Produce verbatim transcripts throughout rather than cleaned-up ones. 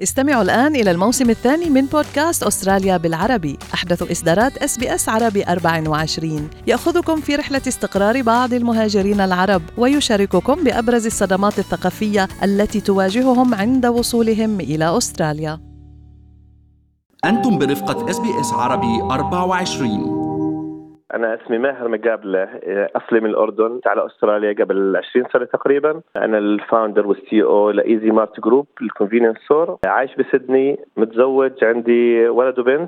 استمعوا الآن إلى الموسم الثاني من بودكاست أستراليا بالعربي، أحدث إصدارات إس بي إس عربي أربعة وعشرين، يأخذكم في رحلة استقرار بعض المهاجرين العرب ويشارككم بأبرز الصدمات الثقافية التي تواجههم عند وصولهم إلى أستراليا. أنتم برفقة إس بي إس عربي أربعة وعشرين. أنا اسمي ماهر مقابلة، أصلي من الأردن، على أستراليا قبل عشرين سنة تقريبا. أنا الفاوندر والسي أو لإيزي مارت جروب الكونفينينس ستور. عايش بسيدني، متزوج، عندي ولد وبنت.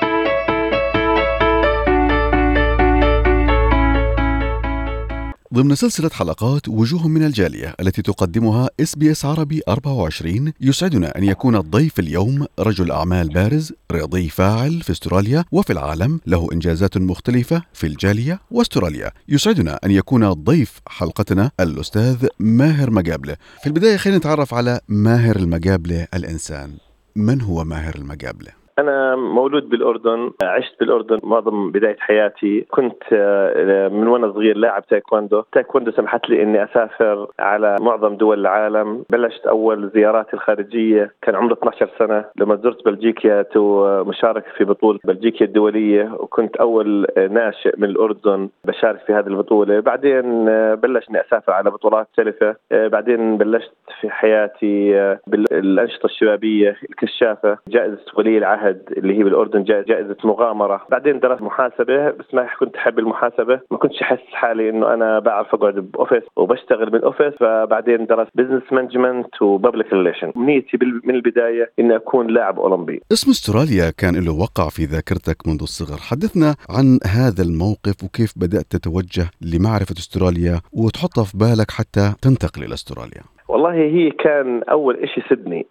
ضمن سلسلة حلقات وجوه من الجالية التي تقدمها إس بي إس عربي أربعة وعشرين، يسعدنا أن يكون الضيف اليوم رجل أعمال بارز، رياضي فاعل في أستراليا وفي العالم، له إنجازات مختلفة في الجالية وأستراليا. يسعدنا أن يكون ضيف حلقتنا الأستاذ ماهر مقابلة. في البداية خلينا نتعرف على ماهر المقابلة الإنسان. من هو ماهر المقابلة؟ أنا مولود بالأردن، عشت بالأردن معظم بداية حياتي. كنت من وأنا صغير لاعب تايكوندو. تايكوندو سمحت لي إني أسافر على معظم دول العالم. بلشت أول زياراتي الخارجية كان عمري اثني عشر سنة لما زرت بلجيكا ومشارك في بطولة بلجيكا الدولية، وكنت أول ناشئ من الأردن بشارك في هذه البطولة. بعدين بلشت إني أسافر على بطولات مختلفة. بعدين بلشت في حياتي بالأنشطة الشبابية، الكشافة، جائزة ولي العهد اللي هي بالأردن جائزة مغامرة. بعدين درست محاسبة، بس ما كنت أحب المحاسبة، ما كنتش أحس حالي إنه أنا بعرف أقعد بأوفيس وبشتغل من أوفيس. فبعدين درست بزنس مانجمنت وبابليك ريليشن. نيتي من البداية إني أكون لاعب أولمبي. اسم أستراليا كان له وقع في ذاكرتك منذ الصغر. حدثنا عن هذا الموقف وكيف بدأت تتوجه لمعرفة أستراليا وتحطها في بالك حتى تنتقل إلى أستراليا. والله هي كان أول إشي سيدني.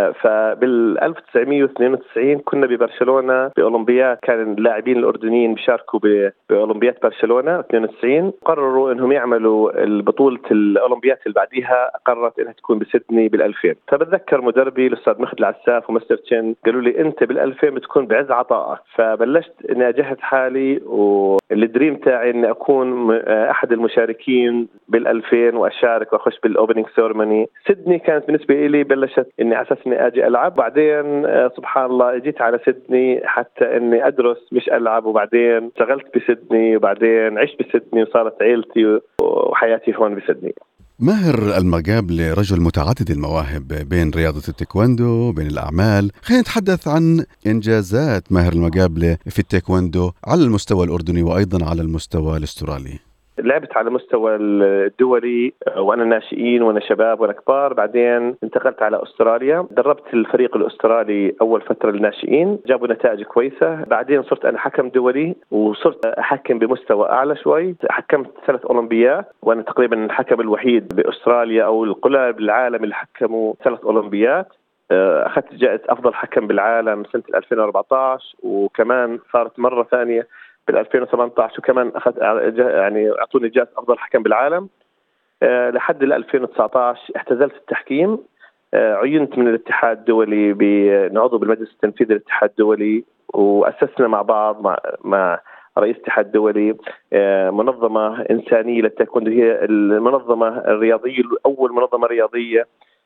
فبال ألف وتسعمية واثنين وتسعين كنا ببرشلونة بأولمبياد. كان اللاعبين الأردنيين بيشاركوا بأولمبياد برشلونة اثنين وتسعين. قرروا إنهم يعملوا البطولة الأولمبياد اللي بعديها، قررت إنها تكون بسيدني بالألفين. فبتذكر مدربي الأستاذ مخد العساف ومستر تشين قالوا لي أنت بالألفين بتكون بعز عطائك. فبلشت إني أجهز حالي، والدريم تاعي إني أكون أحد المشاركين بالألفين وأشارك وأخش بالأوبننج سيرموني. سيدني كانت بالنسبة لي بلشت إني أساس إني أجي ألعب. بعدين سبحان الله جيت على سيدني حتى إني أدرس مش ألعب. وبعدين اشتغلت بسيدني، وبعدين عشت بسيدني وصارت عيلتي وحياتي هون بسيدني. ماهر المقابلة رجل متعدد المواهب بين رياضة التايكوندو وبين الأعمال. خلينا نتحدث عن إنجازات ماهر المقابلة في التايكوندو على المستوى الأردني وأيضا على المستوى الأسترالي. لعبت على مستوى الدولي وأنا ناشئين وأنا شباب وأنا كبار. بعدين انتقلت على أستراليا، دربت الفريق الأسترالي أول فترة للناشئين، جابوا نتائج كويسة. بعدين صرت أنا حكم دولي وصرت أحكم بمستوى أعلى شوي. حكمت ثلاث أولمبيات وأنا تقريبا الحكم الوحيد بأستراليا أو القلة بالعالم اللي حكموا ثلاث أولمبيات. أخذت جائزة أفضل حكم بالعالم سنة ألفين وأربعة عشر، وكمان صارت مرة ثانية بال2018 وكمان أخذت يعني أعطوني جائزة أفضل حكم بالعالم. أه لحد ال ألفين وتسعة عشر اعتزلت التحكيم. أه عينت من الاتحاد الدولي بنعضو بالمجلس التنفيذي للاتحاد الدولي، وأسسنا مع بعض مع, مع رئيس الاتحاد الدولي أه منظمة إنسانية للتايكوندو. هي المنظمة الرياضية، أول منظمة رياضية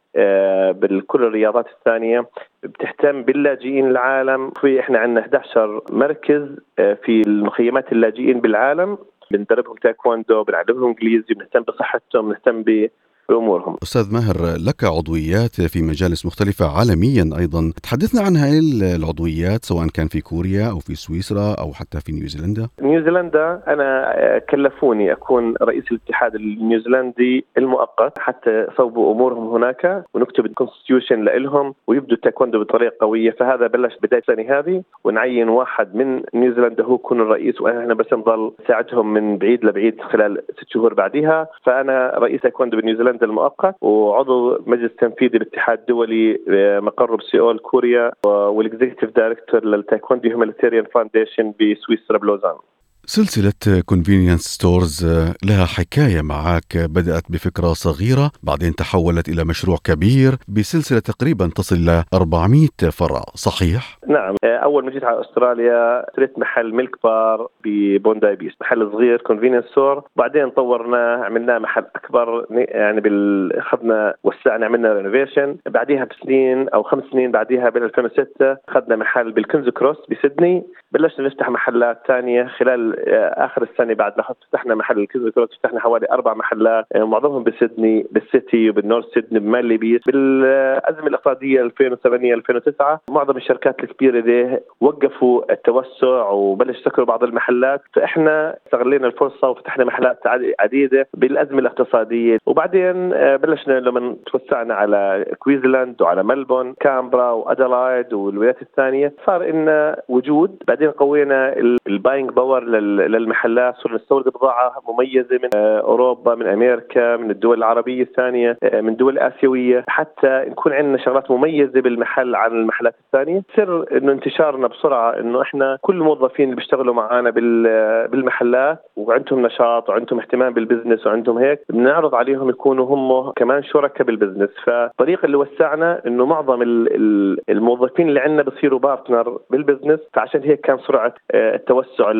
بالكل الرياضات الثانية بتهتم باللاجئين العالم. في احنا عندنا إحدى عشر مركز في المخيمات اللاجئين بالعالم، بندربهم تايكوندو، بنعلمهم انجليزي، بنهتم بصحتهم، بنهتم بأمورهم. أستاذ ماهر، لك عضويات في مجالس مختلفة عالميا أيضا. تحدثنا عن هاي العضويات سواء كان في كوريا أو في سويسرا أو حتى في نيوزيلندا. نيوزيلندا أنا كلفوني أكون رئيس الاتحاد النيوزيلندي المؤقت حتى يصوبوا أمورهم هناك ونكتب الكونستيوشن لهم ويبدو التايكوندو بطريقة قوية. فهذا بلش بداية السنة هذه، ونعين واحد من نيوزيلندا هو يكون الرئيس، وأنا بس نضل ساعدهم من بعيد لبعيد خلال ست شهور بعدها. فأنا رئيس تايكوندو بنيوزيلندا المؤقت وعضو مجلس تنفيذي للاتحاد الدولي مقره بسيول كوريا، والاكزيكتيف دايركتور للتايكوندو هيومانيتيريان فاونديشن بسويسرا بلوزان. سلسلة convenience stores لها حكاية معك، بدأت بفكرة صغيرة بعدين تحولت إلى مشروع كبير بسلسلة تقريبا تصل إلى أربعمائة فرع، صحيح؟ نعم. أول ما جيت على أستراليا اشتريت محل ميلك بار ببونداي بيس، محل صغير convenience store. بعدين طورناه، عملناه محل أكبر، يعني بال... أخذنا وسعنا، عملنا رينوفيشن. بعديها بسنين أو خمس سنين بعديها بال ألفين وستة أخذنا محل بالكنز كروس بسيدني. بلشنا نفتح محلات ثانية خلال آخر السنة. بعد ما فتحنا محل الكنز كروس فتحنا حوالي أربع محلات، معظمهم بسيدني، بالسيتي وبالنورث سيدني، بمالي بيس. بالأزمة الاقتصادية ألفين وثمانية ألفين وتسعة معظم الشركات الكبيرة دي وقفوا التوسع وبلش سكروا بعض المحلات، فإحنا استغلينا الفرصة وفتحنا محلات عديدة بالأزمة الاقتصادية. وبعدين بلشنا لما توسعنا على كوينزلاند وعلى ملبون، كامبرا وأدلايد والولايات الثانية، صار إن وجود. بعدين قوينا الباينج باور للمحلات، صرنا نستورد بضاعة مميزة من أوروبا، من أمريكا، من الدول العربية الثانية، من دول آسيوية، حتى نكون عندنا شغلات مميزة بالمحل عن المحلات الثانية. سر إنه انتشارنا بسرعة إنه إحنا كل الموظفين اللي بيشتغلوا معنا بالمحلات وعندهم نشاط وعندهم اهتمام بالبزنس وعندهم هيك، بنعرض عليهم يكونوا هم كمان شركاء بالبزنس. فالطريقة اللي وسعنا إنه معظم الموظفين اللي عندنا بصيروا بارتنر بالبزنس، فعشان هيك كان سرعة التوسع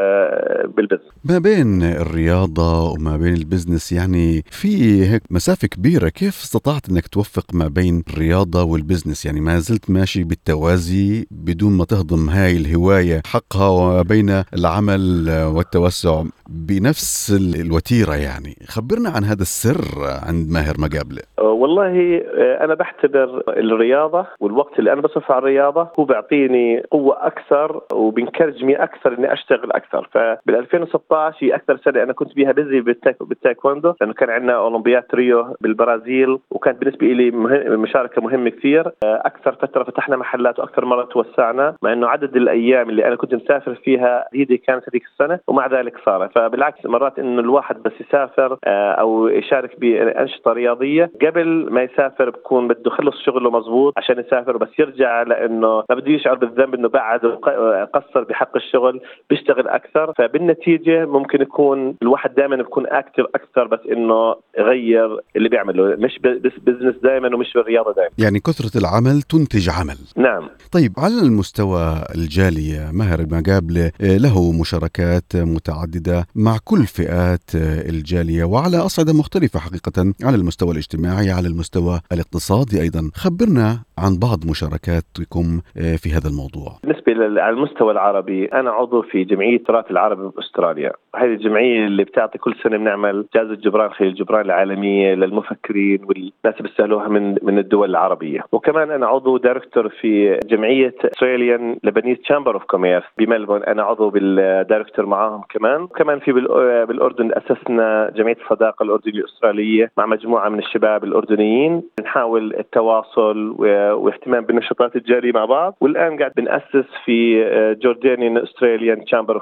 بالبزنس. ما بين الرياضة وما بين البزنس يعني في هيك مسافة كبيرة، كيف استطعت انك توفق ما بين الرياضة والبزنس؟ يعني ما زلت ماشي بالتوازي بدون ما تهضم هاي الهواية حقها وبين العمل والتوسع بنفس الوتيرة. يعني خبرنا عن هذا السر عند ماهر مقابلة. والله أنا بعتبر الرياضة والوقت اللي أنا بصرف على الرياضة هو بيعطيني قوة أكثر وبنكرجني أكثر إني أشتغل أكثر. فبال ألفين وستة عشر هي أكثر سنة أنا كنت بيها بزي بالتايكوندو، لأنه كان عندنا أولمبياد ريو بالبرازيل، وكانت بالنسبة لي مهم مشاركة مهمة كثير. أكثر فترة فتحنا محلات وأكثر مرة توسعنا، مع إنه عدد الأيام اللي أنا كنت مسافر فيها هي كانت هذيك السنة، ومع ذلك صار. فبالعكس مرات إنه الواحد بس يسافر أو يشارك بأنشطة رياضية قبل ما يسافر بكون بده يخلص شغله مزبوط عشان يسافر، بس يرجع لأنه ما بده يشعر بالذنب إنه بعد قصر بحق الشغل، بيشتغل أكثر. فبالنتيجة ممكن يكون الواحد دائما بيكون أكتر أكثر، بس إنه يغير اللي بيعمله، مش بس بزنس دائما ومش بالرياضة دائما. يعني كثرة العمل تنتج عمل. نعم. طيب على المستوى الجالية، ماهر مقابلة له مشاركات متعددة مع كل فئات الجالية وعلى أصعدة مختلفة حقيقة، على المستوى الاجتماعي، على المستوى الاقتصادي أيضا. خبرنا عن بعض مشاركاتكم في هذا الموضوع. بالنسبة على المستوى العربي، أنا عضو في جمعية تراث العرب بأستراليا. هذه الجمعية اللي بتعطي كل سنة بنعمل جائزة جبران خليل جبران العالمية للمفكرين والناس اللي بيستاهلوها من من الدول العربية. وكمان أنا عضو دايركتور في جمعية Australian Lebanese Chamber of Commerce بملبون، أنا عضو بالدايركتور معاهم كمان. وكمان في بالأردن أسسنا جمعية الصداقة الأردنية الأسترالية مع مجموعة من الشباب الأردنيين، نحاول التواصل واهتمام بالنشاطات الجارية مع بعض. والآن قاعد بنأسس في Jordanian Australian Chamber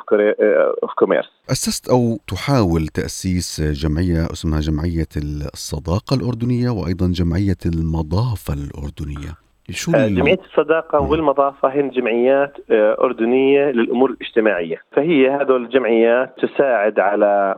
of Commerce. أسست أو تحاول تأسيس جمعية اسمها جمعية الصداقة الأردنية وأيضا جمعية المضافة الأردنية. شو جمعية الصداقة والمضافة هن جمعيات أردنية للأمور الاجتماعية، فهي هذول الجمعيات تساعد على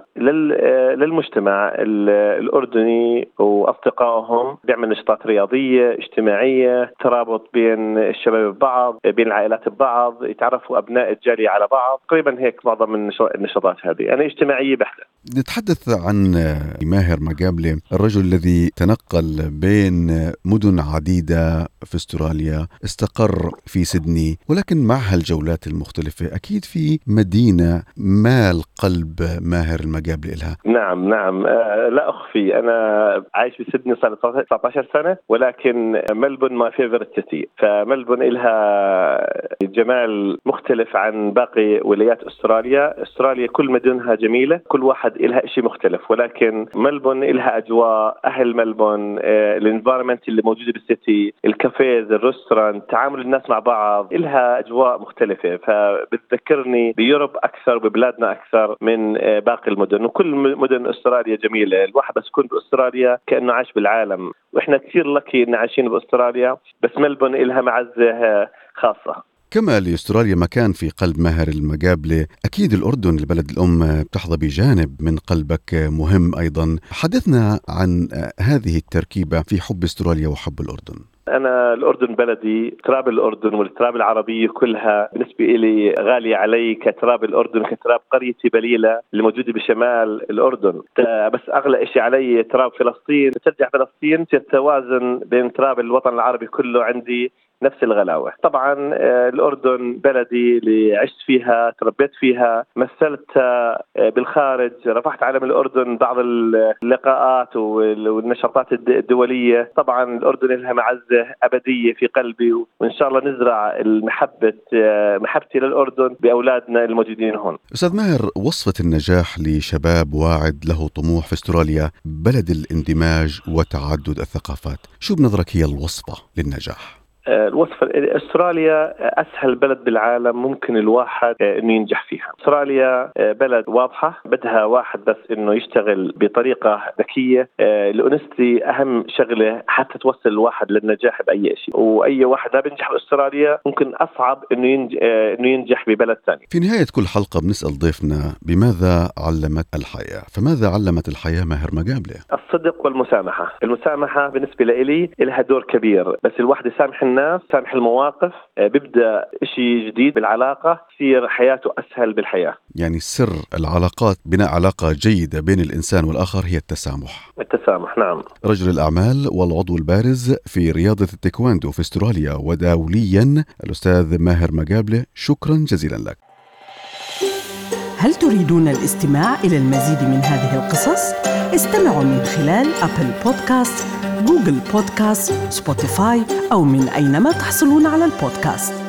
للمجتمع الأردني وأصدقائهم، بيعمل نشاطات رياضية اجتماعية، ترابط بين الشباب ببعض، بين العائلات ببعض، يتعرفوا أبناء الجالية على بعض. تقريبا هيك معظم النشاطات هذه يعني اجتماعية بحتة. نتحدث عن ماهر مقابلة، الرجل الذي تنقل بين مدن عديدة في استراليا، استقر في سيدني، ولكن مع هالجولات المختلفة أكيد في مدينة مال قلب ماهر المقابلة لها. نعم نعم آه لا أخفي، أنا عايش في سيدني صار تسعة عشر سنة، ولكن ملبون ما فيفورت سيتي. فملبون إلها جمال مختلف عن باقي ولايات أستراليا. أستراليا كل مدنها جميلة، كل واحد إلها إشي مختلف، ولكن ملبون إلها أجواء. أهل ملبون آه الانفايرمنت اللي موجودة بالسيتي، الكافيز، الرستوران، تعامل الناس مع بعض، إلها أجواء مختلفة. فبتذكرني بيوروب أكثر وببلادنا أكثر من باقي المدن. وكل مدن أستراليا جميلة، الواحد بس يكون بأستراليا كأنه عايش بالعالم. وإحنا كثير لكي إن عايشين بأستراليا، بس ملبون إلها معزة خاصة. كما لاستراليا مكان في قلب ماهر المقابلة، أكيد الأردن البلد الأم بتحظى بجانب من قلبك مهم أيضا. حدثنا عن هذه التركيبة في حب استراليا وحب الأردن. أنا الأردن بلدي، تراب الأردن والتراب العربية كلها بالنسبة إلي غالية علي كتراب الأردن، كتراب قريتي بليلة اللي موجودة بشمال الأردن. بس أغلى إشي علي تراب فلسطين. ترجع فلسطين تصير توازن بين تراب الوطن العربي كله عندي نفس الغلاوة. طبعا الأردن بلدي اللي عشت فيها، تربيت فيها، مثلتها بالخارج، رفعت علم الأردن بعض اللقاءات والنشاطات الدولية. طبعا الأردن لها معزة أبدية في قلبي، وإن شاء الله نزرع المحبة محبتي للأردن بأولادنا الموجودين هون. أستاذ ماهر، وصفة النجاح لشباب واعد له طموح في استراليا، بلد الاندماج وتعدد الثقافات، شو بنظرك هي الوصفة للنجاح؟ الوصفة استراليا أسهل بلد بالعالم ممكن الواحد إنه ينجح فيها. استراليا بلد واضحة، بدها واحد بس إنه يشتغل بطريقة ذكية. الأونستي أهم شغلة حتى توصل الواحد للنجاح بأي شيء، وأي واحد لا بينجح بأستراليا ممكن أصعب إنه ينجح, إنه ينجح ببلد ثاني. في نهاية كل حلقة بنسأل ضيفنا بماذا علمت الحياة، فماذا علمت الحياة ماهر مقابلة؟ الصدق والمسامحة. المسامحة بالنسبة لي لها دور كبير، بس الواحد يسامح الناس، سامح المواقف، بيبدأ إشي جديد بالعلاقة، تصير حياته أسهل بالحياة. يعني سر العلاقات، بناء علاقة جيدة بين الإنسان والآخر، هي التسامح. التسامح، نعم. رجل الأعمال والعضو البارز في رياضة التايكواندو في استراليا ودوليا، الأستاذ ماهر مقابلة، شكرا جزيلا لك. هل تريدون الاستماع إلى المزيد من هذه القصص؟ استمعوا من خلال أبل بودكاست، جوجل بودكاست، سبوتيفاي أو من أينما تحصلون على البودكاست.